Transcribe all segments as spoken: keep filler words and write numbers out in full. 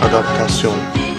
adaptasyon.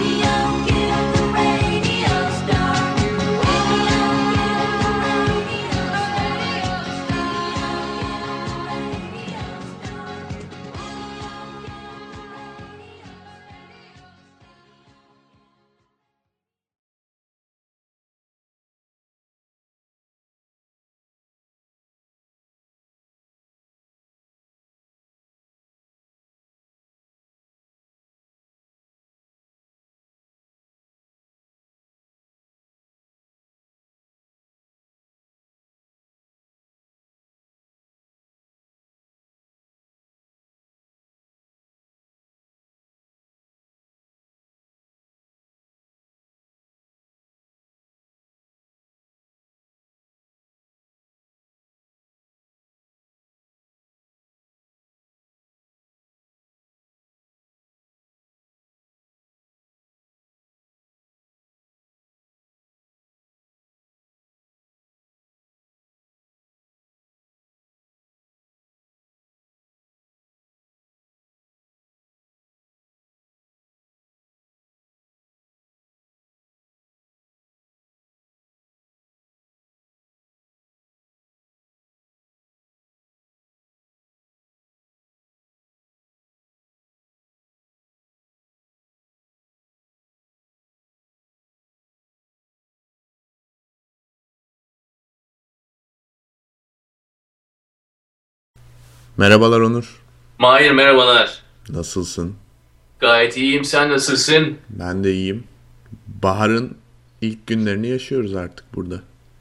Merhabalar Onur. Mahir merhabalar. Nasılsın? Gayet iyiyim. Sen nasılsın? Ben de iyiyim. Baharın ilk günlerini yaşıyoruz artık burada.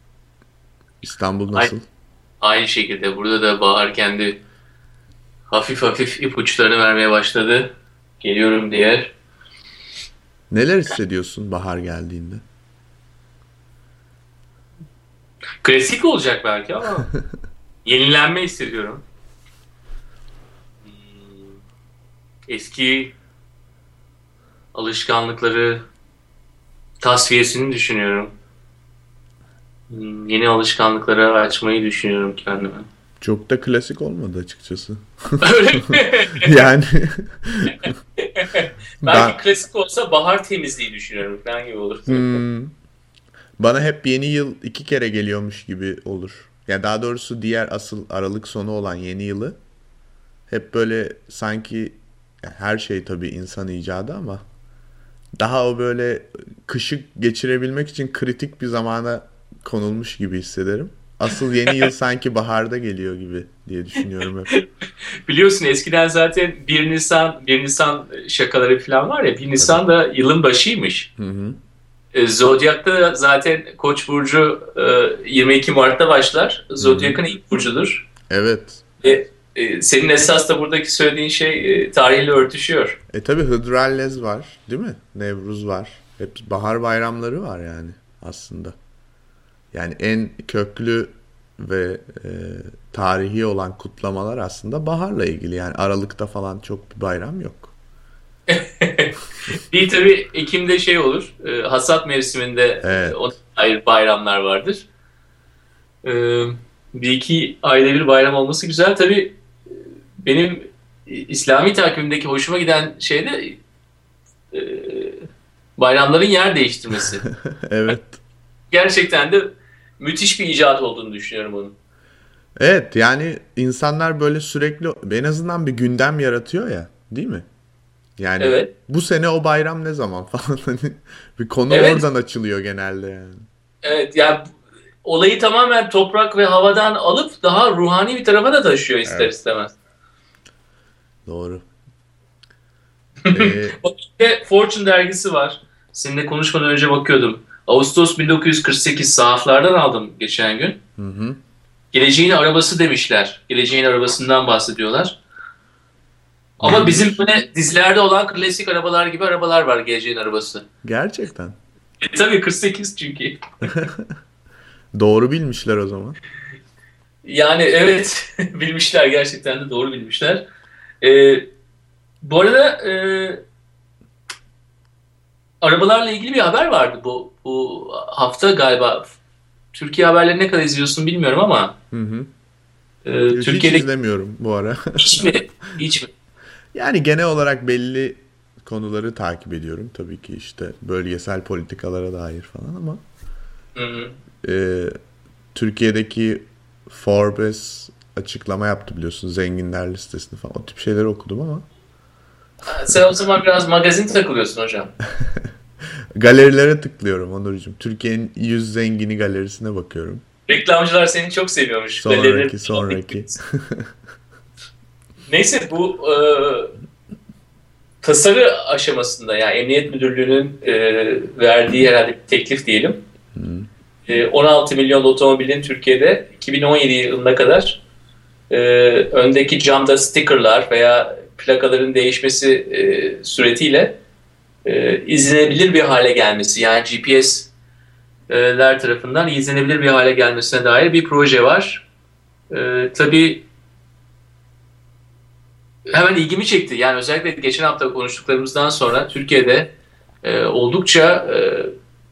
İstanbul Ay- nasıl? Aynı şekilde burada da bahar kendi hafif hafif ipuçlarını vermeye başladı. Geliyorum diye. Neler hissediyorsun bahar geldiğinde? Klasik olacak belki ama yenilenme hissediyorum. Eski alışkanlıkları tasfiyesini düşünüyorum. Hmm, Yeni alışkanlıklara açmayı düşünüyorum kendime. Çok da klasik olmadı açıkçası. Öyle mi? Yani ben Belki klasik olsa bahar temizliği düşünüyorum falan gibi olur. hmm, bana hep yeni yıl iki kere geliyormuş gibi olur. Ya daha doğrusu diğer asıl Aralık sonu olan yeni yılı hep böyle sanki ya her şey tabii insan icadı ama daha o böyle kışı geçirebilmek için kritik bir zamana konulmuş gibi hissederim. Asıl yeni yıl sanki baharda geliyor gibi diye düşünüyorum hep. Biliyorsun eskiden zaten bir Nisan bir Nisan şakaları falan var ya, bir Tabii. Nisan da yılın başıymış. Hı hı. E, Zodyak'ta da zaten Koç burcu e, yirmi iki Mart'ta başlar. Hı hı. Zodyak'ın ilk burcudur. Evet. E, e, senin esas da buradaki söylediğin şey e, tarihle örtüşüyor. E tabii Hıdrellez var, değil mi? Nevruz var. Hep bahar bayramları var yani aslında. Yani en köklü ve e, tarihi olan kutlamalar aslında baharla ilgili. Yani Aralık'ta falan çok bir bayram yok. Bir tabii Ekim'de şey olur. E, hasat mevsiminde e, ona Evet. ayrı bayramlar vardır. E, Bir iki ayda bir bayram olması güzel. Tabii benim İslami takvimdeki hoşuma giden şey de e, bayramların yer değiştirmesi. Evet. Gerçekten de müthiş bir icat olduğunu düşünüyorum onun. Evet yani insanlar böyle sürekli en azından bir gündem yaratıyor ya, değil mi? Yani Evet. bu sene o bayram ne zaman falan hani bir konu Evet. oradan açılıyor genelde yani. Evet. Yani olayı tamamen toprak ve havadan alıp daha ruhani bir tarafa da taşıyor ister Evet. istemez. Doğru. Ee, O işte Fortune dergisi var. Seninle konuşmadan önce bakıyordum. Ağustos bin dokuz yüz kırk sekiz sahaflardan aldım geçen gün. hı hı. Geleceğin arabası demişler. Geleceğin arabasından bahsediyorlar. Ama bizim Neymiş? böyle dizilerde olan klasik arabalar gibi arabalar var, geleceğin arabası. Gerçekten. E, tabii kırk sekiz çünkü. Doğru bilmişler o zaman. Yani evet bilmişler, gerçekten de doğru bilmişler. E, Bu arada e, arabalarla ilgili bir haber vardı bu, bu hafta galiba. Türkiye haberleri ne kadar izliyorsun bilmiyorum ama Hı hı. e, Hiç Türkiye'de izlemiyorum bu ara. hiç mi? Hiç mi? Yani genel olarak belli konuları takip ediyorum. Tabii ki işte bölgesel politikalara dair falan ama Hı hı. e, Türkiye'deki Forbes açıklama yaptı biliyorsun. Zenginler listesini falan. O tip şeyleri okudum ama Ha, sen o zaman biraz magazin takılıyorsun hocam. galerilere tıklıyorum Onurcuğum. Türkiye'nin yüz zengini galerisine bakıyorum. Reklamcılar seni çok seviyormuş. Galerileri Sonraki takip sonraki. ediyorsun. Neyse bu e, tasarı aşamasında yani Emniyet Müdürlüğü'nün e, verdiği herhalde bir teklif diyelim. E, on altı milyon otomobilin Türkiye'de iki bin on yedi yılına kadar e, öndeki camda stickerlar veya plakaların değişmesi e, suretiyle e, izlenebilir bir hale gelmesi yani G P S'ler tarafından izlenebilir bir hale gelmesine dair bir proje var. E, tabii hemen ilgimi çekti. Yani özellikle geçen hafta konuştuklarımızdan sonra Türkiye'de e, oldukça e,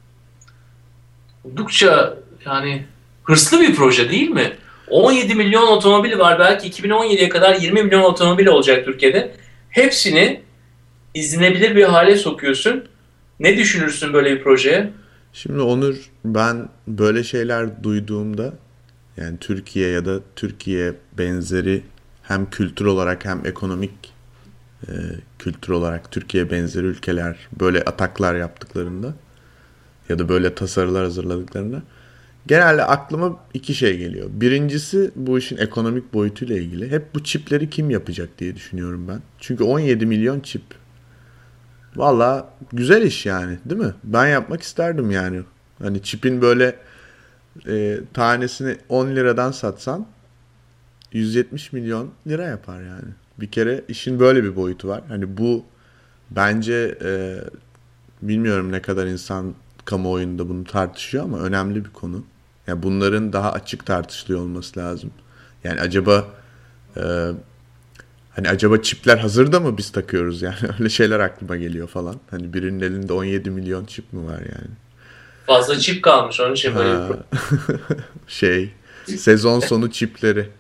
oldukça yani hırslı bir proje değil mi? on yedi milyon otomobil var. Belki iki bin on yediye kadar yirmi milyon otomobil olacak Türkiye'de. Hepsini izlenebilir bir hale sokuyorsun. Ne düşünürsün böyle bir projeye? Şimdi Onur, ben böyle şeyler duyduğumda yani Türkiye ya da Türkiye benzeri hem kültür olarak hem ekonomik e, kültür olarak Türkiye benzeri ülkeler böyle ataklar yaptıklarında ya da böyle tasarılar hazırladıklarında genelde aklıma iki şey geliyor. Birincisi bu işin ekonomik boyutuyla ilgili. Hep bu çipleri kim yapacak diye düşünüyorum ben. Çünkü on yedi milyon çip. Valla güzel iş yani, değil mi? Ben yapmak isterdim yani. Hani çipin böyle e, tanesini on liradan satsan yüz yetmiş milyon lira yapar yani. Bir kere işin böyle bir boyutu var. Hani bu bence e, bilmiyorum ne kadar insan kamuoyunda bunu tartışıyor ama önemli bir konu. Yani bunların daha açık tartışılıyor olması lazım. Yani acaba e, hani acaba çipler hazırda mı biz takıyoruz yani öyle şeyler aklıma geliyor falan. Hani birinin elinde on yedi milyon çip mi var yani? Fazla çip kalmış onun için böyle bir Ha, şey sezon sonu çipleri.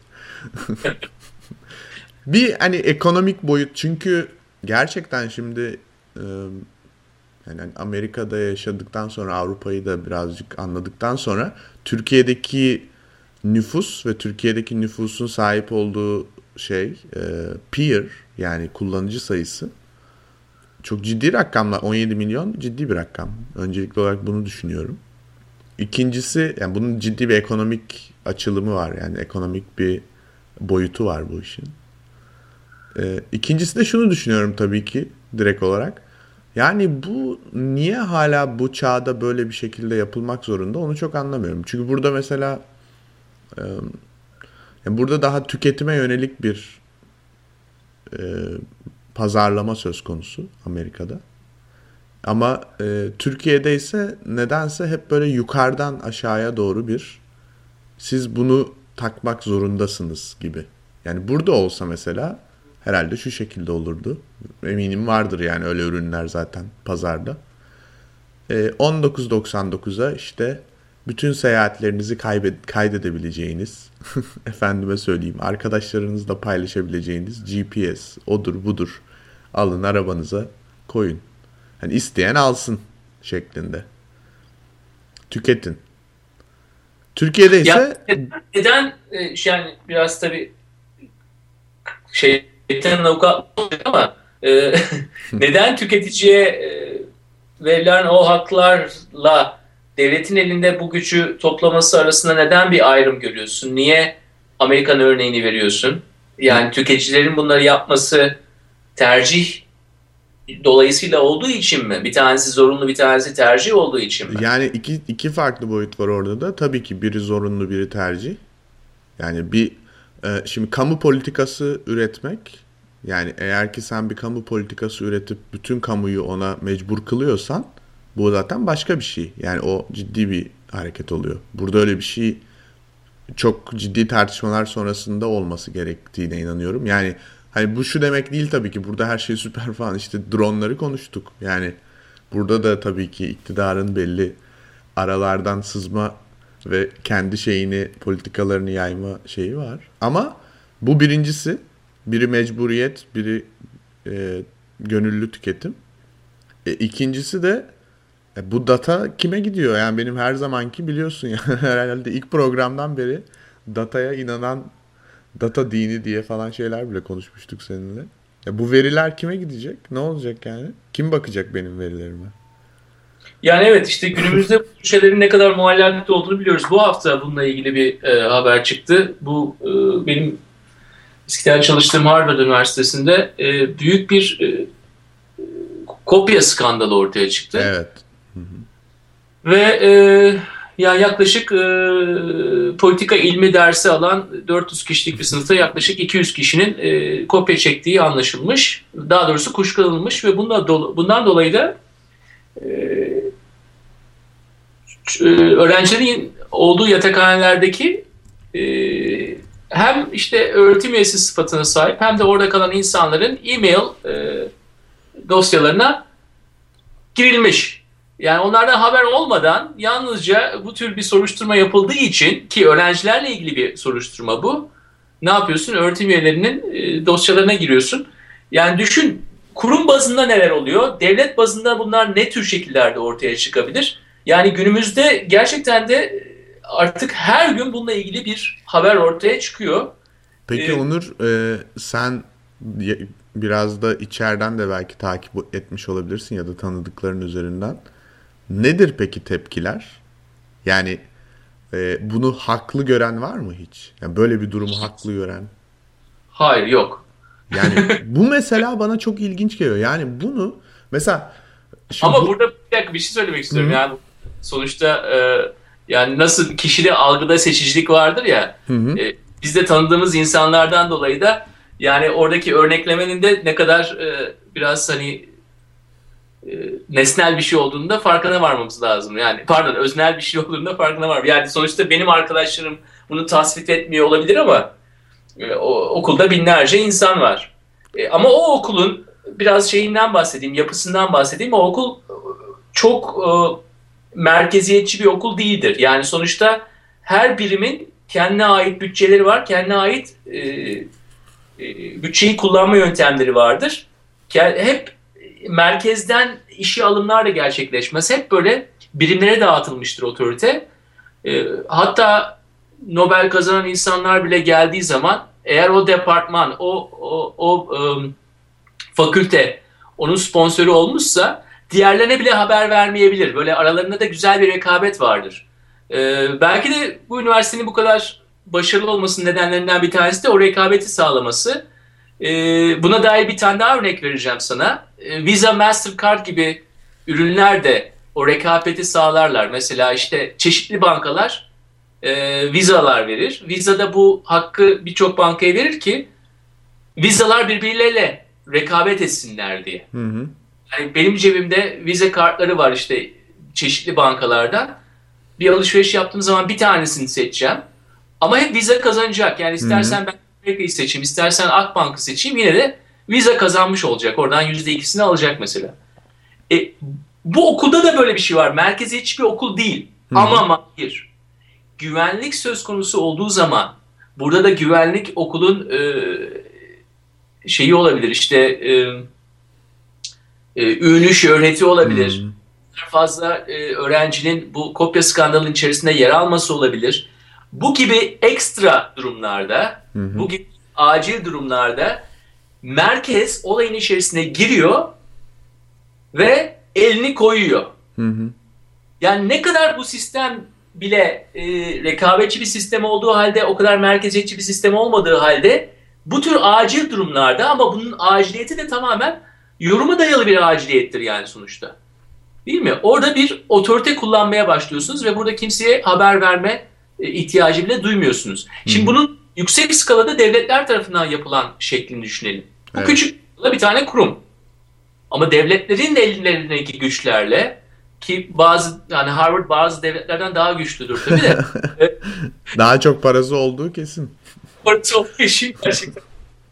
Bir hani ekonomik boyut çünkü gerçekten şimdi e, yani hani Amerika'da yaşadıktan sonra Avrupa'yı da birazcık anladıktan sonra Türkiye'deki nüfus ve Türkiye'deki nüfusun sahip olduğu şey e, peer yani kullanıcı sayısı çok ciddi rakamlar. on yedi milyon ciddi bir rakam. Öncelikli olarak bunu düşünüyorum. İkincisi yani bunun ciddi bir ekonomik açılımı var. Yani ekonomik bir boyutu var bu işin. Ee, ikincisi de şunu düşünüyorum tabii ki direkt olarak. Yani bu niye hala bu çağda böyle bir şekilde yapılmak zorunda onu çok anlamıyorum. Çünkü burada mesela e, yani burada daha tüketime yönelik bir e, pazarlama söz konusu Amerika'da. Ama e, Türkiye'de ise nedense hep böyle yukarıdan aşağıya doğru bir siz bunu takmak zorundasınız gibi. Yani burada olsa mesela herhalde şu şekilde olurdu. Eminim vardır yani öyle ürünler zaten pazarda. E, on dokuz doksan dokuza işte bütün seyahatlerinizi kaybed- kaydedebileceğiniz, efendime söyleyeyim, arkadaşlarınızla paylaşabileceğiniz G P S, odur budur. Alın arabanıza koyun. Hani isteyen alsın şeklinde. Tüketin. Türkiye'de Ya ise neden e, yani biraz tabii şeytan avukat olacak ama e, neden tüketiciye e, verilen o haklarla devletin elinde bu gücü toplaması arasında neden bir ayrım görüyorsun? Niye Amerikan örneğini veriyorsun? Yani tüketicilerin bunları yapması tercih dolayısıyla olduğu için mi? Bir tanesi zorunlu, bir tanesi tercih olduğu için mi? yani iki, iki farklı boyut var orada da. Tabii ki biri zorunlu, biri tercih. Yani bir e, şimdi kamu politikası üretmek yani eğer ki sen bir kamu politikası üretip bütün kamuyu ona mecbur kılıyorsan bu zaten başka bir şey. Yani o ciddi bir hareket oluyor. Burada öyle bir şey çok ciddi tartışmalar sonrasında olması gerektiğine inanıyorum. Yani hani bu şu demek değil tabii ki burada her şey süper falan işte dronları konuştuk. Yani burada da tabii ki iktidarın belli aralardan sızma ve kendi şeyini politikalarını yayma şeyi var. Ama bu birincisi biri mecburiyet biri e, gönüllü tüketim. E, ikincisi de e, bu data kime gidiyor? Yani benim her zamanki biliyorsun ya herhalde ilk programdan beri dataya inanan data dini diye falan şeyler bile konuşmuştuk seninle. Ya bu veriler kime gidecek? Ne olacak yani? Kim bakacak benim verilerime? Yani evet, işte günümüzde bu şeylerin ne kadar muallakta olduğunu biliyoruz. Bu hafta bununla ilgili bir e, haber çıktı. Bu e, benim eskiden çalıştığım Harvard Üniversitesi'nde e, büyük bir e, kopya skandalı ortaya çıktı. Evet. Ve e, yani yaklaşık e, politika ilmi dersi alan dört yüz kişilik bir sınıfta yaklaşık iki yüz kişinin e, kopya çektiği anlaşılmış. Daha doğrusu kuşkulanılmış ve bundan, do bundan dolayı da e, öğrencilerin olduğu yatakhanelerdeki e, hem işte öğretim üyesi sıfatına sahip hem de orada kalan insanların e-mail e, dosyalarına girilmiş. Yani onlardan haber olmadan yalnızca bu tür bir soruşturma yapıldığı için, ki öğrencilerle ilgili bir soruşturma bu. Ne yapıyorsun? Öğretim üyelerinin e, dosyalarına giriyorsun. Yani düşün, kurum bazında neler oluyor? Devlet bazında bunlar ne tür şekillerde ortaya çıkabilir? Yani günümüzde gerçekten de artık her gün bununla ilgili bir haber ortaya çıkıyor. Peki Ee, Onur, e, sen y- biraz da içeriden de belki takip etmiş olabilirsin ya da tanıdıkların üzerinden. Nedir peki tepkiler? Yani e, bunu haklı gören var mı hiç? Yani böyle bir durumu haklı gören. hayır, yok. Yani bu mesela bana çok ilginç geliyor. Yani bunu mesela şimdi Ama bu. burada bir dakika, bir şey söylemek Hı istiyorum. hı. Yani sonuçta e, yani nasıl kişide algıda seçicilik vardır ya, Hı hı. e, biz de tanıdığımız insanlardan dolayı da yani oradaki örneklemenin de ne kadar e, biraz hani e, nesnel bir şey olduğunda farkına varmamız lazım. Yani pardon, öznel bir şey olduğunda farkına var. Yani sonuçta benim arkadaşlarım bunu tasvip etmiyor olabilir ama e, o, okulda binlerce insan var. E, ama o okulun biraz şeyinden bahsedeyim, yapısından bahsedeyim. O okul çok e, merkeziyetçi bir okul değildir. Yani sonuçta her birimin kendine ait bütçeleri var, kendine ait e, e, bütçeyi kullanma yöntemleri vardır. Hep merkezden işe alımlar da gerçekleşmez. Hep böyle birimlere dağıtılmıştır otorite. E, hatta Nobel kazanan insanlar bile geldiği zaman eğer o departman, o, o, o um, fakülte onun sponsoru olmuşsa diğerlerine bile haber vermeyebilir. Böyle aralarında da güzel bir rekabet vardır. Ee, belki de bu üniversitenin bu kadar başarılı olmasının nedenlerinden bir tanesi de o rekabeti sağlaması. Ee, buna dair bir tane daha örnek vereceğim sana. Ee, Visa, Mastercard gibi ürünler de o rekabeti sağlarlar. Mesela işte çeşitli bankalar e, vizalar verir. Visa da bu hakkı birçok bankaya verir ki vizalar birbirleriyle rekabet etsinler diye. Hı hı. Yani benim cebimde vize kartları var işte çeşitli bankalardan. Bir alışveriş yaptığım zaman bir tanesini seçeceğim. Ama hep Visa kazanacak. Yani Hı hı. istersen ben Amerika'yı seçeyim, istersen Akbank'ı seçeyim, yine de Visa kazanmış olacak. Oradan yüzde ikisini alacak mesela. E, bu okulda da böyle bir şey var. Merkeziyetçi bir okul değil. Hı hı. Ama hayır. Güvenlik söz konusu olduğu zaman burada da güvenlik okulun e, şeyi olabilir işte e, e, ünü, şöhreti olabilir. Hı Fazla e, öğrencinin bu kopya skandalının içerisinde yer alması olabilir. Bu gibi ekstra durumlarda, hı. bu gibi acil durumlarda merkez olayın içerisine giriyor ve elini koyuyor. Hı hı. Yani ne kadar bu sistem bile e, rekabetçi bir sistem olduğu halde, o kadar merkeziyetçi bir sistem olmadığı halde bu tür acil durumlarda, ama bunun aciliyeti de tamamen yoruma dayalı bir aciliyettir yani sonuçta. Değil mi? Orada bir otorite kullanmaya başlıyorsunuz ve burada kimseye haber verme e, ihtiyacı bile duymuyorsunuz. Hı Şimdi hı. bunun yüksek skalada devletler tarafından yapılan şeklini düşünelim. Bu Evet. küçük bir tane kurum. Ama devletlerin ellerindeki güçlerle, ki bazı yani Harvard bazı devletlerden daha güçlüdür tabii de. E, Daha çok parası olduğu kesin. Parası olduğu için gerçekten.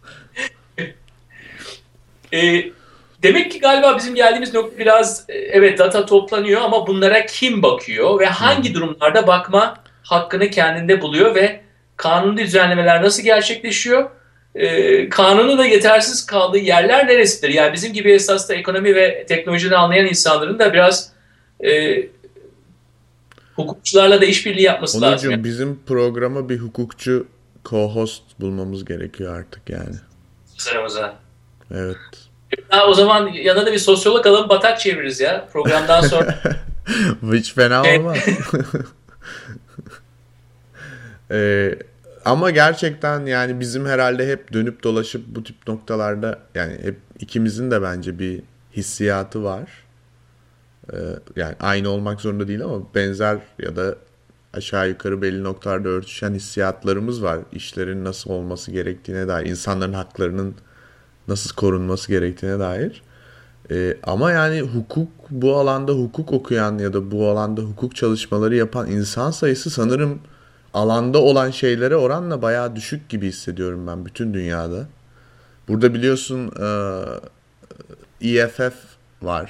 E, demek ki galiba bizim geldiğimiz nokta biraz e, evet, data toplanıyor ama bunlara kim bakıyor ve Hı hı. hangi durumlarda bakma hakkını kendinde buluyor ve kanuni düzenlemeler nasıl gerçekleşiyor? e, kanunu da yetersiz kaldığı yerler neresidir? Yani bizim gibi esas da ekonomi ve teknolojiden anlayan insanların da biraz e, hukukçularla da işbirliği yapması lazım. Yani. Onurcuğum, bizim programa bir hukukçu co-host bulmamız gerekiyor artık yani. Sıramıza. Evet. Ha, o zaman yanına da bir sosyolog alalım, batak çeviririz ya programdan sonra. Hiç fena olmaz. Ee, ama gerçekten yani bizim herhalde hep dönüp dolaşıp bu tip noktalarda yani hep ikimizin de bence bir hissiyatı var. Ee, yani aynı olmak zorunda değil ama benzer ya da aşağı yukarı belli noktalarda örtüşen hissiyatlarımız var. İşlerin nasıl olması gerektiğine dair, insanların haklarının nasıl korunması gerektiğine dair. Ee, ama yani hukuk, bu alanda hukuk okuyan ya da bu alanda hukuk çalışmaları yapan insan sayısı sanırım alanda olan şeylere oranla bayağı düşük gibi hissediyorum ben bütün dünyada. Burada biliyorsun E F F var.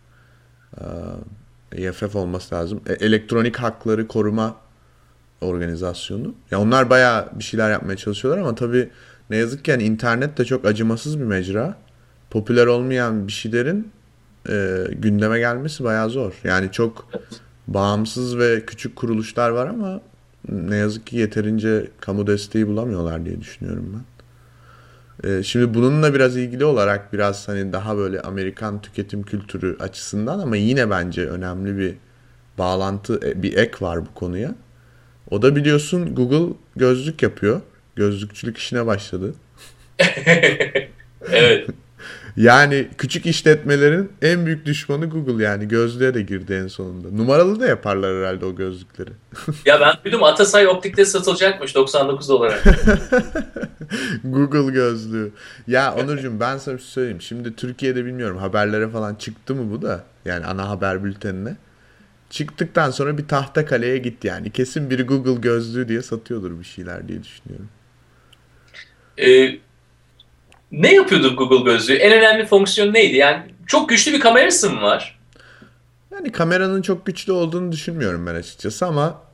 E F F olması lazım. E, Elektronik Hakları Koruma Organizasyonu. Ya onlar bayağı bir şeyler yapmaya çalışıyorlar ama tabii ne yazık ki yani internet de çok acımasız bir mecra. Popüler olmayan bir şeylerin e, gündeme gelmesi bayağı zor. Yani çok bağımsız ve küçük kuruluşlar var ama ne yazık ki yeterince kamu desteği bulamıyorlar diye düşünüyorum ben. E, şimdi bununla biraz ilgili olarak biraz hani daha böyle Amerikan tüketim kültürü açısından ama yine bence önemli bir bağlantı, e, bir ek var bu konuya. O da biliyorsun Google gözlük yapıyor. Gözlükçülük işine başladı. Evet. Yani küçük işletmelerin en büyük düşmanı Google yani. Gözlüğe de girdi en sonunda. Numaralı da yaparlar herhalde o gözlükleri. Ya ben duydum, Atasay Optik'te satılacakmış doksan dokuz dolara. Google gözlüğü. Ya Onurcuğum, ben sana bir şey söyleyeyim. Şimdi Türkiye'de bilmiyorum haberlere falan çıktı mı bu da. Yani ana haber bültenine. Çıktıktan sonra bir tahta kaleye gitti yani. Kesin biri Google gözlüğü diye satıyordur bir şeyler diye düşünüyorum. Ee, Ne yapıyordu Google gözlüğü? En önemli fonksiyon neydi? Yani çok güçlü bir kamerası mı var? Yani kameranın çok güçlü olduğunu düşünmüyorum ben açıkçası ama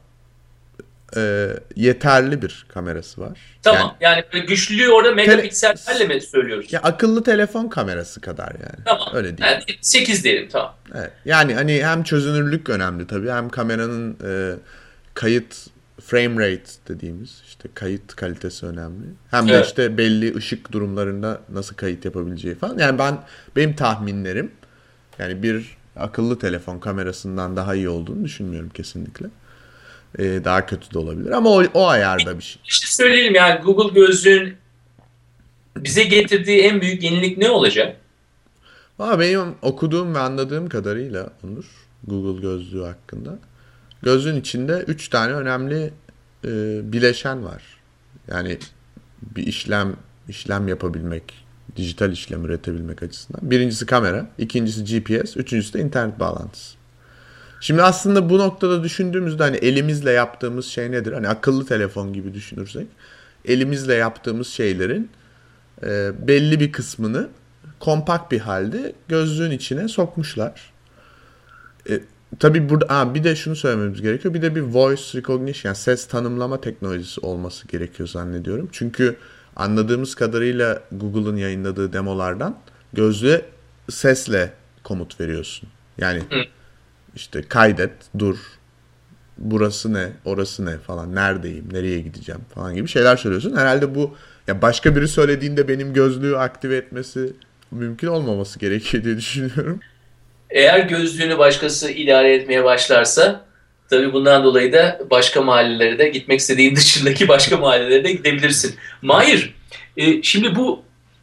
e, yeterli bir kamerası var. Yani Tamam. Yani böyle güçlülüğü orada tele, megapiksellerle mi söylüyoruz? ya akıllı telefon kamerası kadar yani. Tamam. Öyle diyeyim. Yani sekiz diyelim, tamam. Evet. Yani hani hem çözünürlük önemli tabii hem kameranın e, kayıt frame rate dediğimiz işte kayıt kalitesi önemli. Hem de Evet. işte belli ışık durumlarında nasıl kayıt yapabileceği falan. Yani ben benim tahminlerim yani bir akıllı telefon kamerasından daha iyi olduğunu düşünmüyorum kesinlikle. E, daha kötü de olabilir ama o, o ayarda bir şey. İşte söyleyelim, yani Google gözlüğün bize getirdiği en büyük yenilik ne olacak? Ama benim okuduğum ve anladığım kadarıyla Onur, Google gözlüğü hakkında gözlüğün içinde üç tane önemli e, bileşen var. Yani bir işlem işlem yapabilmek, dijital işlem üretebilmek açısından. Birincisi kamera, ikincisi G P S, üçüncüsü de internet bağlantısı. Şimdi aslında bu noktada düşündüğümüzde hani elimizle yaptığımız şey nedir? Hani akıllı telefon gibi düşünürsek, elimizle yaptığımız şeylerin e, belli bir kısmını kompakt bir halde gözlüğün içine sokmuşlar. E, tabii burada ha, bir de şunu söylememiz gerekiyor. Bir de bir voice recognition yani ses tanımlama teknolojisi olması gerekiyor zannediyorum. Çünkü anladığımız kadarıyla Google'ın yayınladığı demolardan gözlüğe sesle komut veriyorsun. Yani Hı. işte kaydet, dur, burası ne, orası ne falan, neredeyim, nereye gideceğim falan gibi şeyler söylüyorsun. Herhalde bu ya başka biri söylediğinde benim gözlüğü aktive etmesi mümkün olmaması gerekiyor diye düşünüyorum. Eğer gözlüğünü başkası idare etmeye başlarsa, tabii bundan dolayı da başka mahallelere de, gitmek istediğin dışındaki başka mahallelere de gidebilirsin. Mahir, e, şimdi bu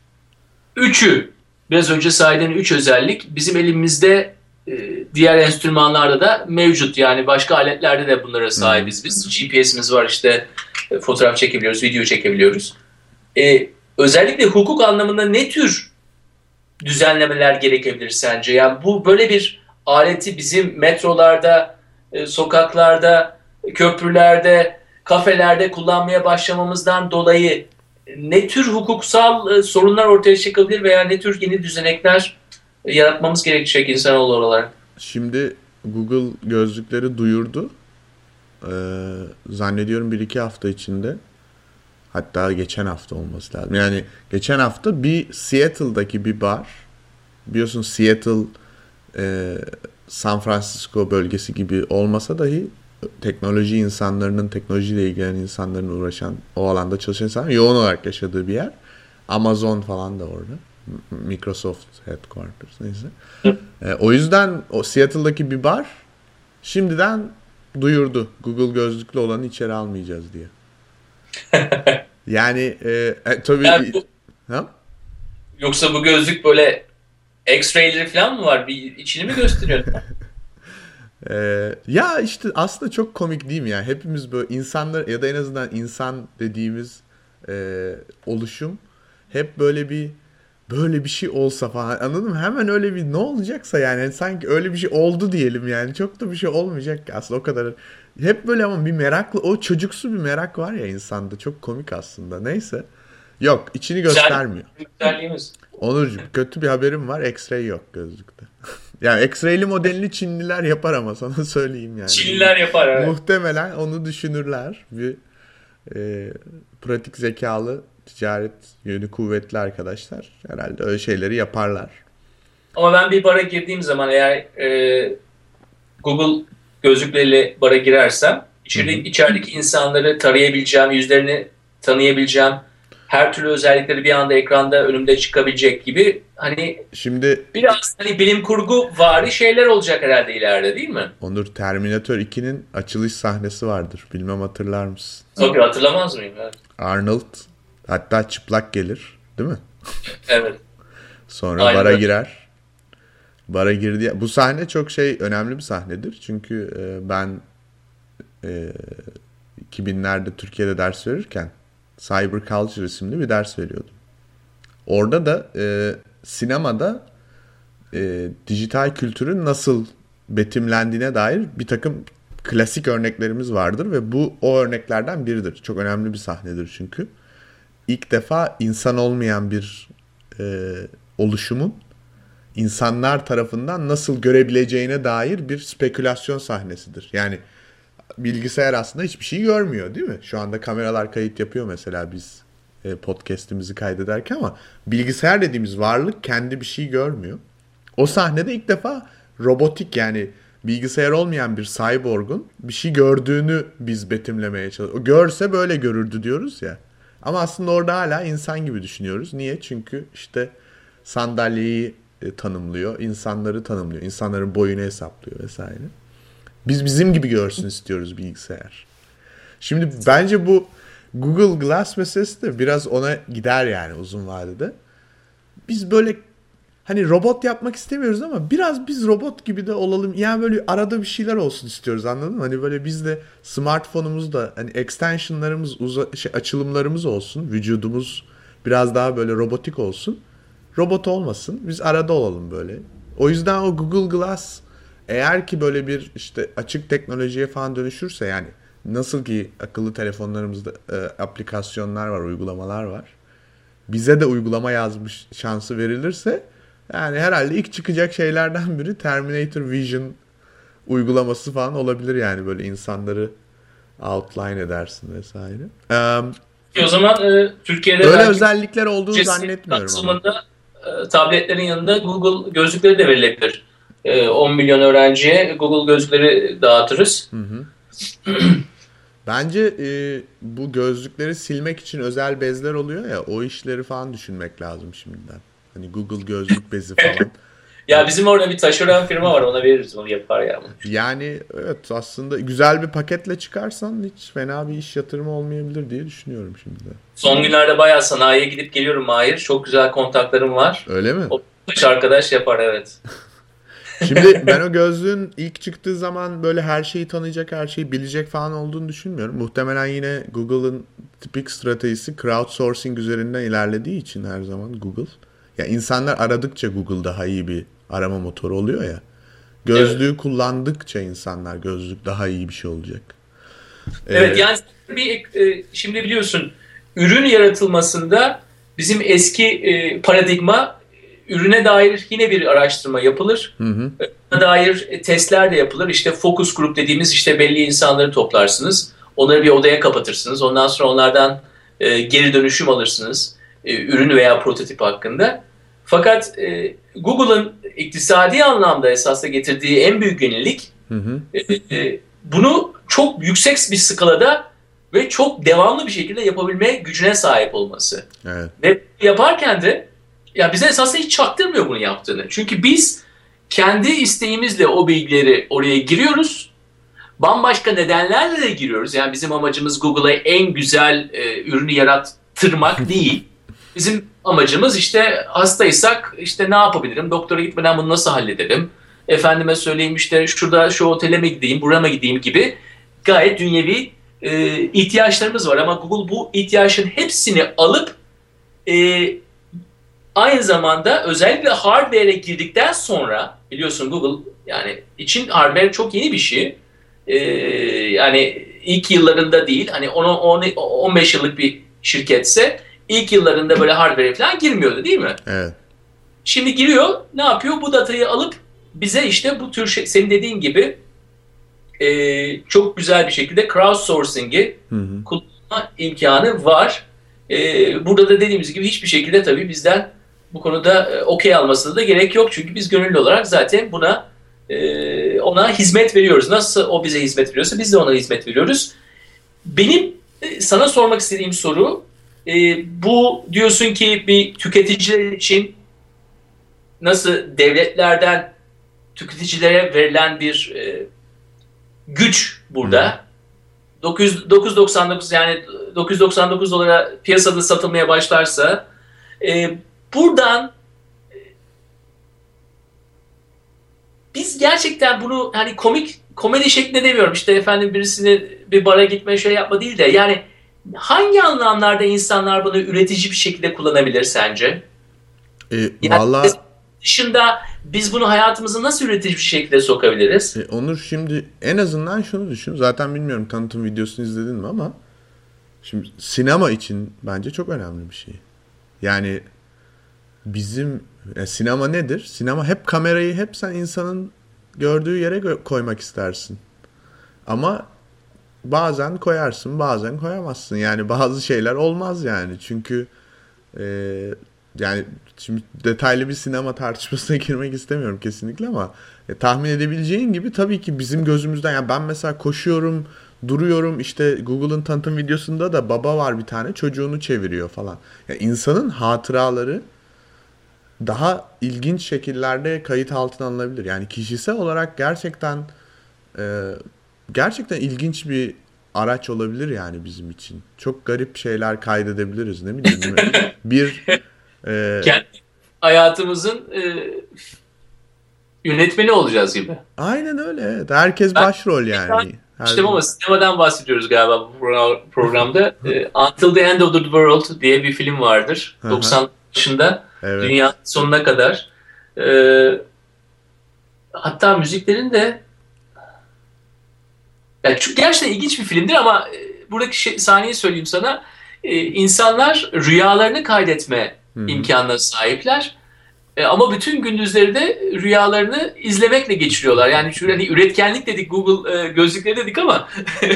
üçü, biraz önce saydığın üç özellik bizim elimizde, e, diğer enstrümanlarda da mevcut. Yani başka aletlerde de bunlara Hı hı. sahibiz biz. G P S'imiz var, işte e, fotoğraf çekebiliyoruz, video çekebiliyoruz. E, Özellikle hukuk anlamında ne tür düzenlemeler gerekebilir sence? Yani bu böyle bir aleti bizim metrolarda, e, sokaklarda, köprülerde, kafelerde kullanmaya başlamamızdan dolayı ne tür hukuksal e, sorunlar ortaya çıkabilir veya ne tür yeni düzenekler e, yaratmamız gerekecek insanoğlu olarak? Şimdi Google gözlükleri duyurdu. Ee, zannediyorum bir iki hafta içinde. Hatta geçen hafta olması lazım. Yani geçen hafta bir Seattle'daki bir bar, biliyorsun Seattle e, San Francisco bölgesi gibi olmasa dahi teknoloji insanlarının, teknolojiyle ilgilenen insanların uğraşan, o alanda çalışan insanların yoğun olarak yaşadığı bir yer. Amazon falan da orada. Microsoft Headquarters neyse. E, o yüzden o Seattle'daki bir bar şimdiden duyurdu. Google gözlüklü olanı içeri almayacağız diye. Yani e, e, tabii Yani bu, ha? yoksa bu gözlük böyle X-ray'leri falan mı var? Bir içini mi gösteriyor? Ee, ya işte aslında çok komik değil mi ya? Hepimiz böyle insanlar ya da en azından insan dediğimiz e, oluşum hep böyle bir böyle bir şey olsa falan, anladın mı? Hemen öyle bir ne olacaksa yani. Yani sanki öyle bir şey oldu diyelim yani. Çok da bir şey olmayacak ki aslında, o kadar. Hep böyle ama bir meraklı, o çocuksu bir merak var ya insanda. Çok komik aslında. Neyse. Yok, içini Güzel, göstermiyor. güzelliğimiz. Onurcuğum, kötü bir haberim var. X-ray yok gözlükte. Yani X-ray'li modelini Çinliler yapar ama sana söyleyeyim yani. Çinliler yapar, evet. Muhtemelen onu düşünürler. Bir e, pratik zekalı, ticaret yönü kuvvetli arkadaşlar herhalde öyle şeyleri yaparlar. Ama ben bir bara girdiğim zaman eğer e, Google gözlükleriyle bara girersem Hı içeri, hı. içerideki insanları tarayabileceğim, yüzlerini tanıyabileceğim, her türlü özellikleri bir anda ekranda önümde çıkabilecek gibi, hani Şimdi biraz hani bilim kurgu vari şeyler olacak herhalde ileride, değil mi? Onur, Terminator ikinin açılış sahnesi vardır. Bilmem hatırlar mısın? Tabii, hatırlamaz mıyım? Evet. Arnold hatta çıplak gelir, değil mi? Evet. Sonra Aynen bara öyle. girer. Bara girdi. Bu sahne çok şey önemli bir sahnedir. Çünkü e, ben e, iki binlerde Türkiye'de ders verirken Cyber Culture isimli bir ders veriyordum. Orada da e, sinemada e, dijital kültürün nasıl betimlendiğine dair bir takım klasik örneklerimiz vardır ve bu o örneklerden biridir. Çok önemli bir sahnedir çünkü. İlk defa insan olmayan bir e, oluşumun insanlar tarafından nasıl görebileceğine dair bir spekülasyon sahnesidir. Yani bilgisayar aslında hiçbir şey görmüyor, değil mi? Şu anda kameralar kayıt yapıyor mesela biz e, podcast'imizi kaydederken, ama bilgisayar dediğimiz varlık kendi bir şey görmüyor. O sahnede ilk defa robotik, yani bilgisayar olmayan bir cyborg'un bir şey gördüğünü biz betimlemeye çalışıyoruz. O görse böyle görürdü diyoruz ya. Ama aslında orada hala insan gibi düşünüyoruz. Niye? Çünkü işte sandalyeyi e, tanımlıyor, insanları tanımlıyor, insanların boyunu hesaplıyor vesaire. Biz bizim gibi görsün istiyoruz bilgisayar. Şimdi bence bu Google Glass meselesi de biraz ona gider yani uzun vadede. Biz böyle hani robot yapmak istemiyoruz ama biraz biz robot gibi de olalım. Yani böyle arada bir şeyler olsun istiyoruz, anladın mı? Hani böyle biz de smartphone'umuzda hani extensionlarımız, uza, şey, açılımlarımız olsun. Vücudumuz biraz daha böyle robotik olsun. Robot olmasın. Biz arada olalım böyle. O yüzden o Google Glass eğer ki böyle bir işte açık teknolojiye falan dönüşürse, yani nasıl ki akıllı telefonlarımızda e, aplikasyonlar var, uygulamalar var. Bize de uygulama yazmış şansı verilirse, yani herhalde ilk çıkacak şeylerden biri Terminator Vision uygulaması falan olabilir, yani böyle insanları outline edersin vesaire. Ee, O zaman e, Türkiye'de öyle belki özellikler olduğunu bütçesi zannetmiyorum ama. kapsamında e, tabletlerin yanında Google gözlükleri de verilebilir. E, on milyon öğrenciye Google gözlükleri dağıtırız. Hı hı. Bence e, bu gözlükleri silmek için özel bezler oluyor ya, o işleri falan düşünmek lazım şimdiden. Hani Google gözlük bezi falan. Ya bizim orada bir taşeron firma var, ona veririz, onu yapar ya. Yani evet, aslında güzel bir paketle çıkarsan hiç fena bir iş yatırımı olmayabilir diye düşünüyorum şimdiden. Son günlerde bayağı sanayiye gidip geliyorum Mahir. Çok güzel kontaklarım var. Öyle mi? O üç arkadaş yapar, evet. Şimdi ben o gözlüğün ilk çıktığı zaman böyle her şeyi tanıyacak, her şeyi bilecek falan olduğunu düşünmüyorum. Muhtemelen yine Google'ın tipik stratejisi crowdsourcing üzerinden ilerlediği için her zaman Google. Ya insanlar aradıkça Google daha iyi bir arama motoru oluyor ya. Gözlüğü evet. Kullandıkça insanlar gözlük daha iyi bir şey olacak. Evet, ee, yani bir, e, şimdi biliyorsun ürün yaratılmasında bizim eski e, paradigma, ürüne dair yine bir araştırma yapılır. Hı hı. Ürüne dair testler de yapılır. İşte focus group dediğimiz, işte belli insanları toplarsınız. Onları bir odaya kapatırsınız. Ondan sonra onlardan e, geri dönüşüm alırsınız e, ürün veya prototip hakkında. Fakat e, Google'ın iktisadi anlamda esasla getirdiği en büyük yenilik Hı hı. e, e, bunu çok yüksek bir skalada ve çok devamlı bir şekilde yapabilme gücüne sahip olması. Evet. Ve yaparken de ya bize esasında hiç çaktırmıyor bunu yaptığını. Çünkü biz kendi isteğimizle o bilgileri oraya giriyoruz. Bambaşka nedenlerle de giriyoruz. Yani bizim amacımız Google'a en güzel e, ürünü yarattırmak değil. Bizim amacımız işte hastaysak işte ne yapabilirim? Doktora gitmeden bunu nasıl hallederim? Efendime söyleyeyim işte şurada şu otele mi gideyim, buraya mı gideyim gibi gayet dünyevi e, ihtiyaçlarımız var. Ama Google bu ihtiyaçların hepsini alıp e, aynı zamanda özellikle hardware'e girdikten sonra biliyorsun Google yani için hardware çok yeni bir şey. Ee, yani ilk yıllarında değil hani on on beş yıllık bir şirketse ilk yıllarında böyle hardware falan girmiyordu değil mi? Evet. Şimdi giriyor ne yapıyor? Bu datayı alıp bize işte bu tür şey, senin dediğin gibi e, çok güzel bir şekilde crowdsourcing'i Hı hı. kullanma imkanı var. E, burada da dediğimiz gibi hiçbir şekilde tabii bizden bu konuda e, okey almasına da gerek yok. Çünkü biz gönüllü olarak zaten buna e, ona hizmet veriyoruz. Nasıl o bize hizmet veriyorsa biz de ona hizmet veriyoruz. Benim e, sana sormak istediğim soru e, bu diyorsun ki bir tüketiciler için nasıl devletlerden tüketicilere verilen bir e, güç burada. Hı. dokuz yüz doksan dokuz yani dokuz yüz doksan dokuz dolara piyasada satılmaya başlarsa e, buradan e, biz gerçekten bunu hani komik komedi şeklinde demiyorum işte efendim birisini bir bara gitme şey yapma değil de yani hangi anlamlarda insanlar bunu üretici bir şekilde kullanabilir sence? E, Yani valla dışında biz bunu hayatımıza nasıl üretici bir şekilde sokabiliriz? e, Onur şimdi en azından şunu düşün. Zaten bilmiyorum tanıtım videosunu izledin mi ama şimdi sinema için bence çok önemli bir şey. Yani bizim e, sinema nedir? Sinema hep kamerayı hep sen insanın gördüğü yere gö- koymak istersin. Ama bazen koyarsın, bazen koyamazsın. Yani bazı şeyler olmaz yani. Çünkü e, yani şimdi detaylı bir sinema tartışmasına girmek istemiyorum kesinlikle ama e, tahmin edebileceğin gibi tabii ki bizim gözümüzden yani ben mesela koşuyorum, duruyorum işte Google'ın tanıtım videosunda da baba var bir tane çocuğunu çeviriyor falan. Yani insanın hatıraları daha ilginç şekillerde kayıt altına alınabilir. Yani kişisel olarak gerçekten e, gerçekten ilginç bir araç olabilir yani bizim için. Çok garip şeyler kaydedebiliriz ne bileyim. Bir e, Kendi hayatımızın e, yönetmeni olacağız gibi. aynen öyle. Evet. Herkes Ben başrol yani. Her işte ama sinemadan bahsediyoruz galiba bu pro- programda. E, Until the End of the World diye bir film vardır. Hı hı. doksan başında Evet. dünyanın sonuna kadar. E, hatta müziklerin de yani çünkü gerçekten ilginç bir filmdir ama e, buradaki şey, sahneyi söyleyeyim sana. E, insanlar rüyalarını kaydetme Hı hı. imkanına sahipler. E, ama bütün gündüzleri de rüyalarını izlemekle geçiriyorlar. Yani şu hani üretkenlik dedik, Google e, gözlükleri dedik ama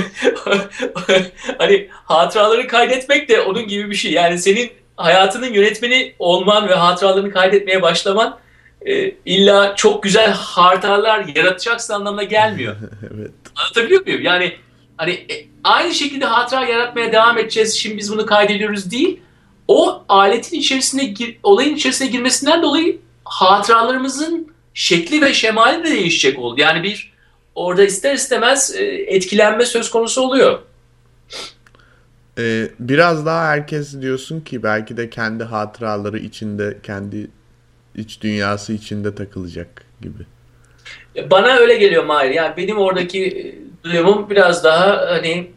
hani hatıraları kaydetmek de onun gibi bir şey. Yani senin hayatının yönetmeni olman ve hatıralarını kaydetmeye başlaman e, illa çok güzel hatıralar yaratacaksın anlamına gelmiyor. Evet. Anlatabiliyor muyum? Yani hani e, aynı şekilde hatıra yaratmaya devam edeceğiz. Şimdi biz bunu kaydediyoruz değil. O aletin içerisine gir, olayın içerisine girmesinden dolayı hatıralarımızın şekli ve şemali de değişecek oldu. Yani bir orada ister istemez e, etkilenme söz konusu oluyor. Ee, biraz daha herkes diyorsun ki belki de kendi hatıraları içinde, kendi iç dünyası içinde takılacak gibi. Bana öyle geliyor Mahir. Yani benim oradaki e, duyumum biraz daha hani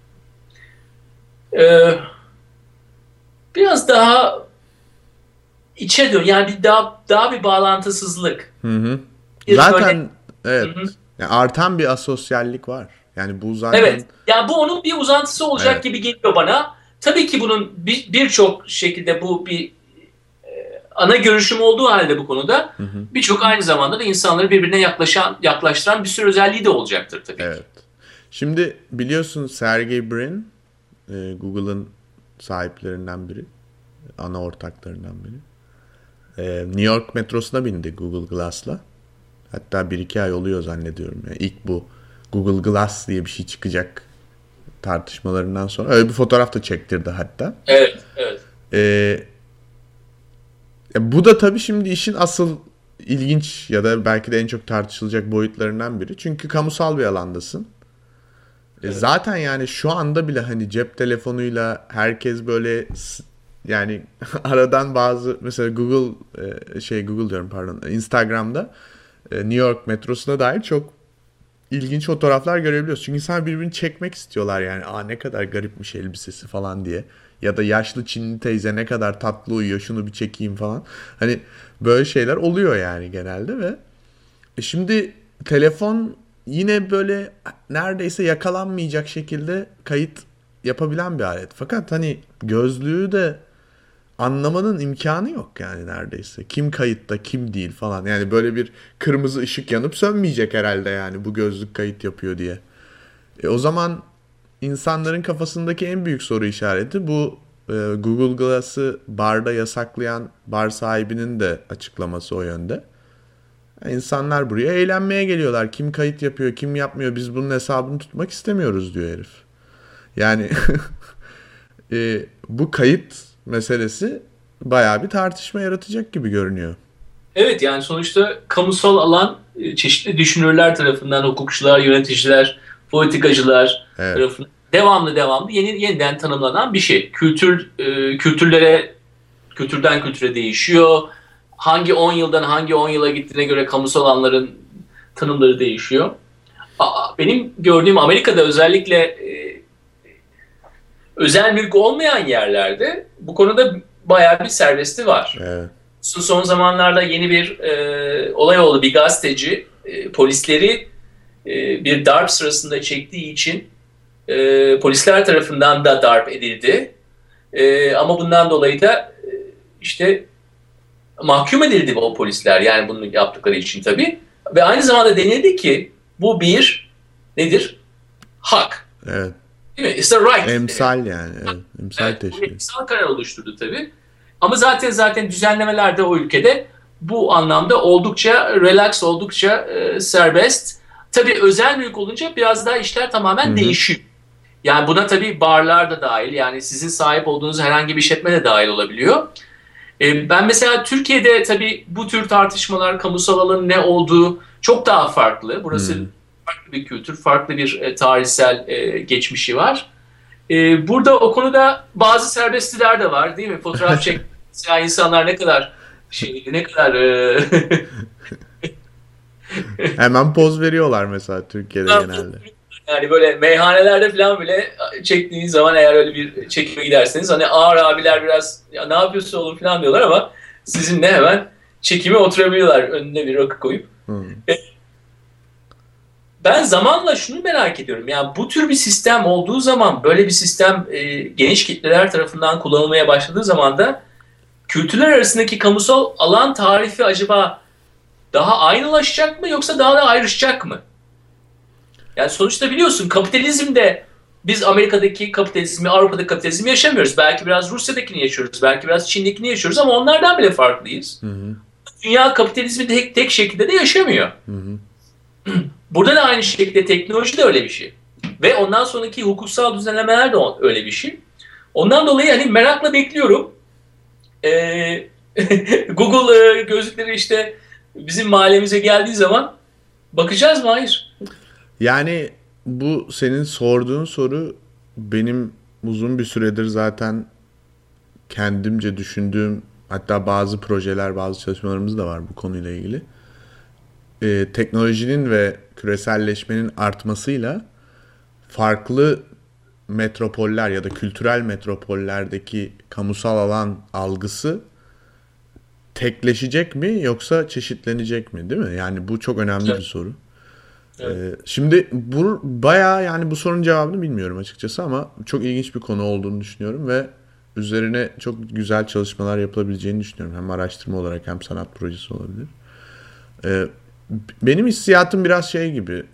e, biraz daha içe dön. Yani bir daha daha bir bağlantısızlık. Hı hı. Bir böyle. Zaten Hı evet. hı. Yani artan bir asosyallik var. Yani bu Evet. zaten Yani bu onun bir uzantısı olacak evet. gibi geliyor bana. Tabii ki bunun bir- birçok şekilde bu bir ana görüşüm olduğu halde bu konuda Hı hı. birçok aynı zamanda da insanları birbirine yaklaşan, yaklaştıran bir sürü özelliği de olacaktır tabii ki. Evet. Şimdi biliyorsun Sergey Brin e, Google'ın sahiplerinden biri. Ana ortaklarından biri. Ee, New York metrosuna bindi Google Glass'la. Hatta bir iki ay oluyor zannediyorum. Yani ilk bu Google Glass diye bir şey çıkacak tartışmalarından sonra. Öyle bir fotoğraf da çektirdi hatta. Evet, evet. Ee, bu da tabii şimdi işin asıl ilginç ya da belki de en çok tartışılacak boyutlarından biri. Çünkü kamusal bir alandasın. Evet. Zaten yani şu anda bile hani cep telefonuyla herkes böyle yani aradan bazı mesela Google şey Google diyorum pardon Instagram'da New York metrosuna dair çok ilginç fotoğraflar görebiliyoruz. Çünkü insan birbirini çekmek istiyorlar yani. Aa ne kadar garipmiş elbisesi falan diye. Ya da yaşlı Çinli teyze ne kadar tatlı uyuyor şunu bir çekeyim falan. Hani böyle şeyler oluyor yani genelde ve e şimdi telefon yine böyle neredeyse yakalanmayacak şekilde kayıt yapabilen bir alet. Fakat hani gözlüğü de anlamanın imkanı yok yani neredeyse. Kim kayıtta kim değil falan. Yani böyle bir kırmızı ışık yanıp sönmeyecek herhalde yani bu gözlük kayıt yapıyor diye. E o zaman insanların kafasındaki en büyük soru işareti bu e, Google Glass'ı barda yasaklayan bar sahibinin de açıklaması o yönde. Yani insanlar buraya eğlenmeye geliyorlar. Kim kayıt yapıyor, kim yapmıyor biz bunun hesabını tutmak istemiyoruz diyor herif. Yani e, bu kayıt meselesi bayağı bir tartışma yaratacak gibi görünüyor. Evet yani sonuçta kamusal alan çeşitli düşünürler tarafından, hukukçular, yöneticiler, politikacılar evet. tarafından devamlı devamlı yeni yeniden tanımlanan bir şey. Kültür e, kültürlere kültürden kültüre değişiyor. Hangi on yıldan hangi on yıla gittiğine göre kamusal alanların tanımları değişiyor. Benim gördüğüm Amerika'da özellikle e, özel mülk olmayan yerlerde bu konuda bayağı bir serbestliği var. Evet. Son zamanlarda yeni bir e, olay oldu. Bir gazeteci e, polisleri e, bir darp sırasında çektiği için e, polisler tarafından da darp edildi. E, ama bundan dolayı da e, işte mahkum edildi o polisler. Yani bunu yaptıkları için tabii. Ve aynı zamanda denildi ki bu bir nedir? Hak. Evet. Değil mi? It's a right. Emsal yani. Evet. Emsal evet, teşkil. Emsal karar oluşturdu tabii. Ama zaten zaten düzenlemeler de o ülkede bu anlamda oldukça relax, oldukça e, serbest. Tabii özel mülk olunca biraz daha işler tamamen Hı-hı. değişiyor. Yani buna tabii barlar da dahil. Yani sizin sahip olduğunuz herhangi bir işletme de dahil olabiliyor. E, ben mesela Türkiye'de tabii bu tür tartışmalar, kamusal alanın ne olduğu çok daha farklı. Burası Hı-hı. farklı bir kültür, farklı bir e, tarihsel e, geçmişi var. E, burada o konuda bazı serbestliler de var değil mi? Fotoğraf çek. Ya insanlar ne kadar şey, ne kadar e... hemen poz veriyorlar mesela Türkiye'de genelde. Yani böyle meyhanelerde falan bile çektiğiniz zaman eğer öyle bir çekime giderseniz hani ağır abiler biraz ya ne yapıyorsun oğlum falan diyorlar ama sizinle hemen çekime oturabiliyorlar önüne bir rakı koyup. Hmm. E, ben zamanla şunu merak ediyorum. Yani bu tür bir sistem olduğu zaman böyle bir sistem e, geniş kitleler tarafından kullanılmaya başladığı zaman da kültürler arasındaki kamusal alan tarifi acaba daha aynılaşacak mı yoksa daha da ayrışacak mı? Yani sonuçta biliyorsun kapitalizmde biz Amerika'daki kapitalizmi, Avrupa'daki kapitalizmi yaşamıyoruz. Belki biraz Rusya'dakini yaşıyoruz, belki biraz Çin'dekini yaşıyoruz ama onlardan bile farklıyız. Hı hı. Dünya kapitalizmi tek, tek şekilde de yaşamıyor. Hı hı. Burada da aynı şekilde teknoloji de öyle bir şey. Ve ondan sonraki hukuksal düzenlemeler de öyle bir şey. Ondan dolayı hani merakla bekliyorum. Ee, Google e, gözlükleri işte bizim mahallemize geldiği zaman bakacağız mı? Hayır. Yani bu senin sorduğun soru benim uzun bir süredir zaten kendimce düşündüğüm hatta bazı projeler, bazı çalışmalarımız da var bu konuyla ilgili. Ee, teknolojinin ve küreselleşmenin artmasıyla farklı metropoller ya da kültürel metropollerdeki kamusal alan algısı tekleşecek mi yoksa çeşitlenecek mi, değil mi? Yani bu çok önemli evet. bir soru. Evet. Ee, şimdi bu bayağı yani bu sorunun cevabını bilmiyorum açıkçası ama çok ilginç bir konu olduğunu düşünüyorum ve üzerine çok güzel çalışmalar yapılabileceğini düşünüyorum. Hem araştırma olarak hem sanat projesi olabilir. Ee, benim hissiyatım biraz şey gibi.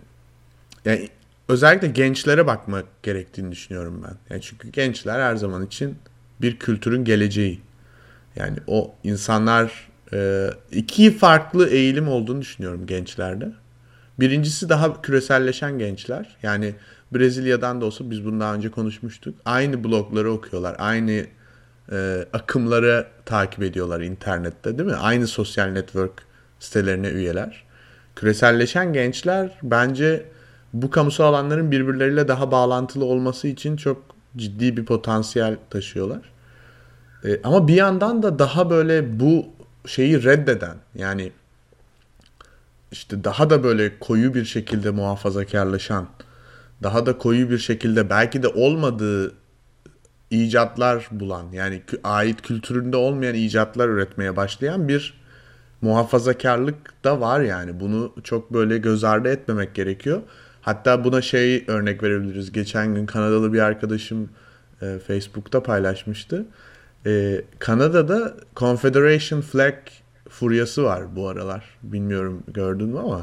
Yani özellikle gençlere bakmak gerektiğini düşünüyorum ben. Yani çünkü gençler her zaman için bir kültürün geleceği. Yani o insanlar e, iki farklı eğilim olduğunu düşünüyorum gençlerde. Birincisi daha küreselleşen gençler. Yani Brezilya'dan da olsa biz bunu daha önce konuşmuştuk. Aynı blogları okuyorlar. Aynı e, akımları takip ediyorlar internette, değil mi? Aynı sosyal network sitelerine üyeler. Küreselleşen gençler bence bu kamusal alanların birbirleriyle daha bağlantılı olması için çok ciddi bir potansiyel taşıyorlar. E, ama bir yandan da daha böyle bu şeyi reddeden, yani işte daha da böyle koyu bir şekilde muhafazakarlaşan, daha da koyu bir şekilde belki de olmadığı icatlar bulan, yani ait kültüründe olmayan icatlar üretmeye başlayan bir muhafazakarlık da var yani. Bunu çok böyle göz ardı etmemek gerekiyor. Hatta buna şey örnek verebiliriz. Geçen gün Kanadalı bir arkadaşım e, Facebook'ta paylaşmıştı. E, Kanada'da Confederation Flag furyası var bu aralar. Bilmiyorum gördün mü ama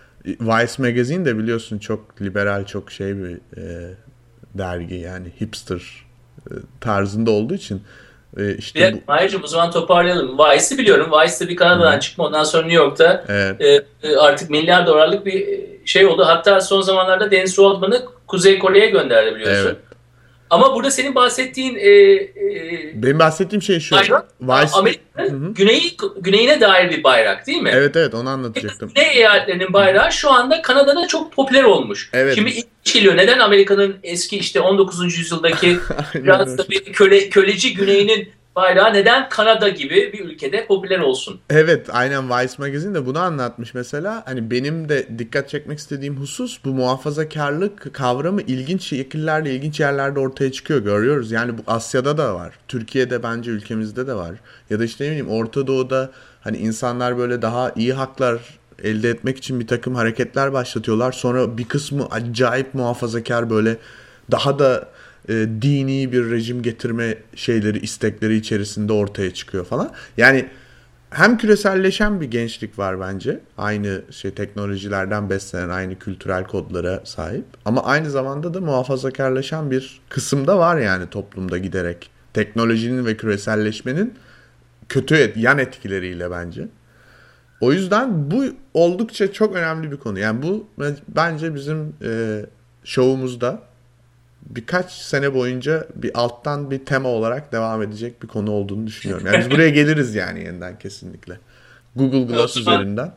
Vice Magazine de biliyorsun çok liberal, çok şey bir e, dergi, yani hipster e, tarzında olduğu için e, işte Bir bu. ayrıca o zaman toparlayalım. Vice'ı biliyorum. Vice'da bir Kanada'dan Hı-hı. çıkma. Ondan sonra New York'ta Evet. e, artık milyar dolarlık bir şey oldu. Hatta son zamanlarda Dennis Rodman'ı Kuzey Kore'ye gönderdi biliyorsun. Evet. Ama burada senin bahsettiğin e, e, Benim bahsettiğim şey şu. bayrak Vice... Amerika'nın güneyi, güneyine dair bir bayrak değil mi? Evet evet, onu anlatacaktım. Güney eyaletlerinin bayrağı şu anda Kanada'da çok popüler olmuş. Evet. Şimdi ilk geliyor. Neden Amerika'nın eski işte on dokuzuncu yüzyıldaki biraz da bir köle, köleci güneyinin bayrağı neden Kanada gibi bir ülkede popüler olsun? Evet, aynen, Vice Magazine de bunu anlatmış mesela. Hani benim de dikkat çekmek istediğim husus, bu muhafazakarlık kavramı ilginç şekillerde, ilginç yerlerde ortaya çıkıyor, görüyoruz. Yani bu Asya'da da var. Türkiye'de, bence ülkemizde de var. Ya da işte ne bileyim Orta Doğu'da hani insanlar böyle daha iyi haklar elde etmek için bir takım hareketler başlatıyorlar. Sonra bir kısmı acayip muhafazakar, böyle daha da e, dini bir rejim getirme şeyleri, istekleri içerisinde ortaya çıkıyor falan. Yani hem küreselleşen bir gençlik var bence. Aynı şey teknolojilerden beslenen, aynı kültürel kodlara sahip. Ama aynı zamanda da muhafazakarlaşan bir kısım da var yani toplumda giderek. Teknolojinin ve küreselleşmenin kötü et, yan etkileriyle bence. O yüzden bu oldukça çok önemli bir konu. Yani bu bence bizim e, şovumuzda birkaç sene boyunca bir alttan bir tema olarak devam edecek bir konu olduğunu düşünüyorum. Yani biz buraya geliriz yani yeniden kesinlikle. Google Glass üzerinden.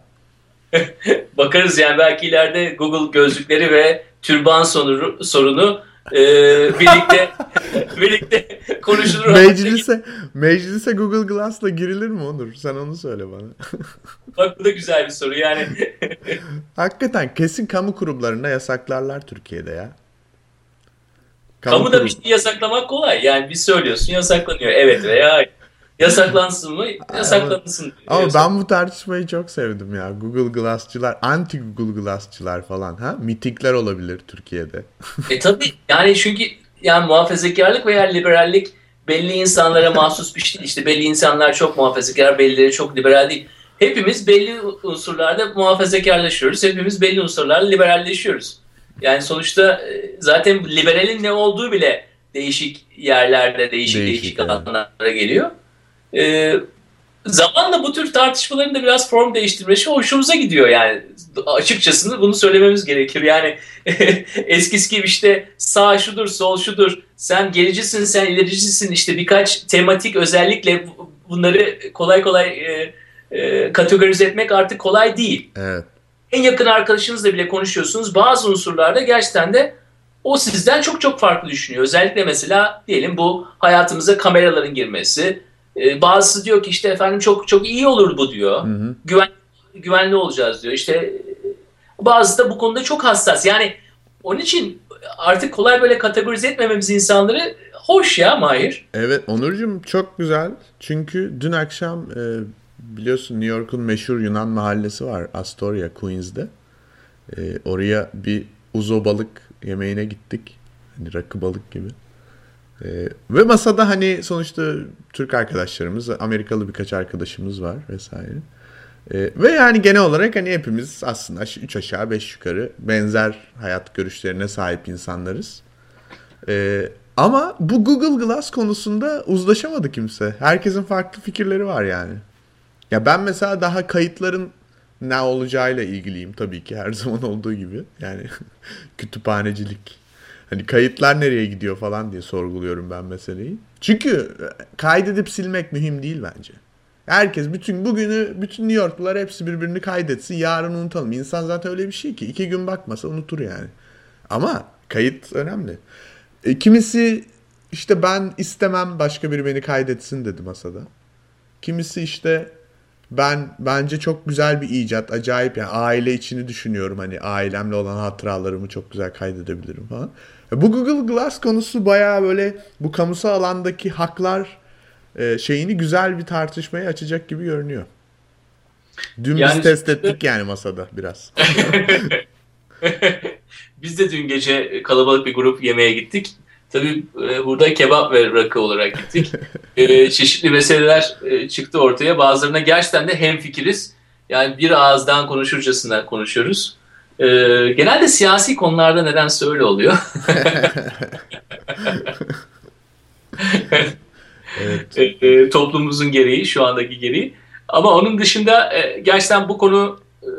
Bakarız yani, belki ileride Google gözlükleri ve türban sorunu, sorunu e, birlikte birlikte konuşulur. Meclise, meclise Google Glass'la girilir mi Onur? Sen onu söyle bana. Bak bu da güzel bir soru yani. Hakikaten kesin kamu kurumlarında yasaklarlar Türkiye'de ya. Kamu Kamuda kurum... bir şey yasaklamak kolay. Yani bir söylüyorsun, yasaklanıyor. Evet veya hayır. Yasaklansın mı? Yasaklansın. Ama, ama diyorsun. ben bu tartışmayı çok sevdim ya. Google Glass'çılar, anti Google Glass'çılar falan, ha? Mitikler olabilir Türkiye'de. E tabii yani, çünkü yani muhafazakarlık veya liberallik belli insanlara mahsus bir şey değil. İşte belli insanlar çok muhafazakar, bellileri çok liberal değil. Hepimiz belli unsurlarda muhafazakarlaşıyoruz. Hepimiz belli unsurlarla liberalleşiyoruz. Yani sonuçta e, zaten liberalin ne olduğu bile değişik yerlerde, değişik Değişik, değişik evet. alanlara geliyor. E, Zamanla bu tür tartışmaların da biraz form değiştirmesi hoşumuza gidiyor yani. Açıkçası bunu söylememiz gerekir. Yani eskisi gibi işte sağ şudur, sol şudur, sen gericisin, sen ilericisin, işte birkaç tematik özellikle bunları kolay kolay e, e, kategorize etmek artık kolay değil. Evet. En yakın arkadaşınızla bile konuşuyorsunuz. Bazı unsurlarda gerçekten de o sizden çok çok farklı düşünüyor. Özellikle mesela diyelim bu hayatımıza kameraların girmesi. Ee, bazısı diyor ki işte efendim çok çok iyi olur bu diyor. Hı hı. Güven, güvenli olacağız diyor. İşte bazısı da bu konuda çok hassas. Yani onun için artık kolay böyle kategorize etmememiz insanları hoş ya Mahir. Evet Onurcuğum, çok güzel. Çünkü dün akşam e, biliyorsun New York'un meşhur Yunan mahallesi var, Astoria, Queens'de. E, oraya bir uzo balık yemeğine gittik. Hani rakı balık gibi. E, ve masada hani sonuçta Türk arkadaşlarımız, Amerikalı birkaç arkadaşımız var vesaire. E, ve yani genel olarak hani hepimiz aslında üç aşağı beş yukarı benzer hayat görüşlerine sahip insanlarız. E, Ama bu Google Glass konusunda uzlaşamadı kimse. Herkesin farklı fikirleri var yani. Ya ben mesela daha kayıtların ne olacağıyla ilgiliyim tabii ki, her zaman olduğu gibi. Yani kütüphanecilik. Hani kayıtlar nereye gidiyor falan diye sorguluyorum ben meseleyi. Çünkü kaydedip silmek mühim değil bence. Herkes bütün bugünü, bütün New Yorklular hepsi birbirini kaydetsin, yarın unutalım. İnsan zaten öyle bir şey ki iki gün bakmasa unutur yani. Ama kayıt önemli. E, kimisi işte ben istemem başka biri beni kaydetsin dedi masada. Kimisi işte ben bence çok güzel bir icat, acayip yani, aile içini düşünüyorum, hani ailemle olan hatıralarımı çok güzel kaydedebilirim falan. E, Bu Google Glass konusu bayağı böyle bu kamusal alandaki haklar e, şeyini güzel bir tartışmaya açacak gibi görünüyor. Dün biz Yani test ettik yani masada biraz. biz de dün gece kalabalık bir grup yemeğe gittik. Tabii e, burada kebap ve rakı olarak gittik. E, çeşitli meseleler e, çıktı ortaya. Bazılarına gerçekten de hemfikiriz. Yani bir ağızdan konuşurcasına konuşuyoruz. E, genelde siyasi konularda nedense öyle oluyor. Evet. E, e, toplumumuzun gereği, şu andaki gereği. Ama onun dışında e, gerçekten bu konu e,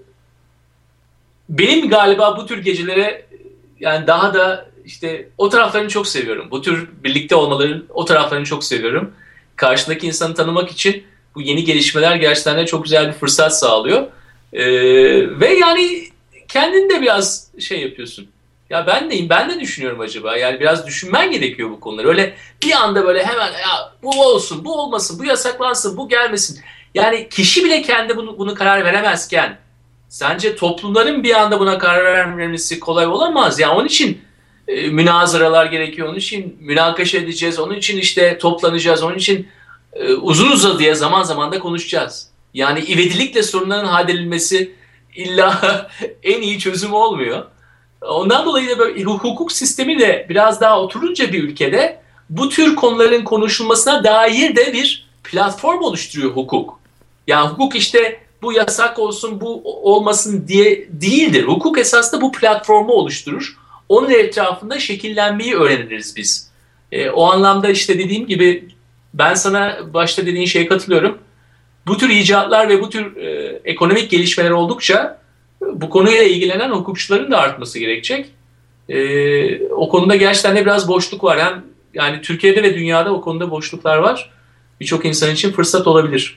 benim galiba bu tür gecelere yani daha da işte o taraflarını çok seviyorum. Bu tür birlikte olmaların o taraflarını çok seviyorum. Karşındaki insanı tanımak için bu yeni gelişmeler gerçekten de çok güzel bir fırsat sağlıyor. Ee, ve yani kendin de biraz şey yapıyorsun. Ya ben neyim? Ben de düşünüyorum acaba. Yani biraz düşünmen gerekiyor bu konuları. Öyle bir anda böyle hemen ya bu olsun, bu olmasın, bu yasaklansın, bu gelmesin. Yani kişi bile kendi bunu, bunu karar veremezken sence toplumların bir anda buna karar vermemesi kolay olamaz. Yani onun için e, münazaralar gerekiyor. Onun için münakaşa edeceğiz. Onun için işte toplanacağız. Onun için e, uzun uzadıya zaman zaman da konuşacağız. Yani ivedilikle sorunların halledilmesi illa en iyi çözüm olmuyor. Ondan dolayı da böyle hukuk sistemi de biraz daha oturunca bir ülkede bu tür konuların konuşulmasına dair de bir platform oluşturuyor hukuk. Yani hukuk işte bu yasak olsun, bu olmasın diye değildir. Hukuk esasında bu platformu oluşturur. Onun etrafında şekillenmeyi öğreniriz biz. E, o anlamda işte dediğim gibi ben sana başta dediğin şeye katılıyorum. Bu tür icatlar ve bu tür e, ekonomik gelişmeler oldukça e, bu konuyla ilgilenen hukukçuların da artması gerekecek. E, o konuda gerçekten de biraz boşluk var. Hem yani Türkiye'de ve dünyada o konuda boşluklar var. Birçok insan için fırsat olabilir.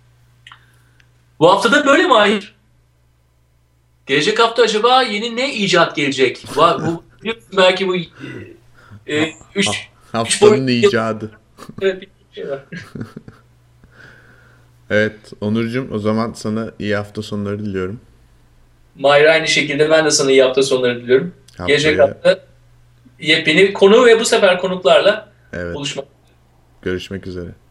Bu hafta da böyle Mahir. Gelecek hafta acaba yeni ne icat gelecek? Bu, bu belki bu e, üç, üç Haftanın boyutlu icadı. bir şey var. Evet Onurcuğum, o zaman sana iyi hafta sonları diliyorum. Mahir aynı şekilde ben de sana iyi hafta sonları diliyorum. Gelecek Haftaya hafta yepyeni konu ve bu sefer konuklarla evet buluşmak. görüşmek üzere.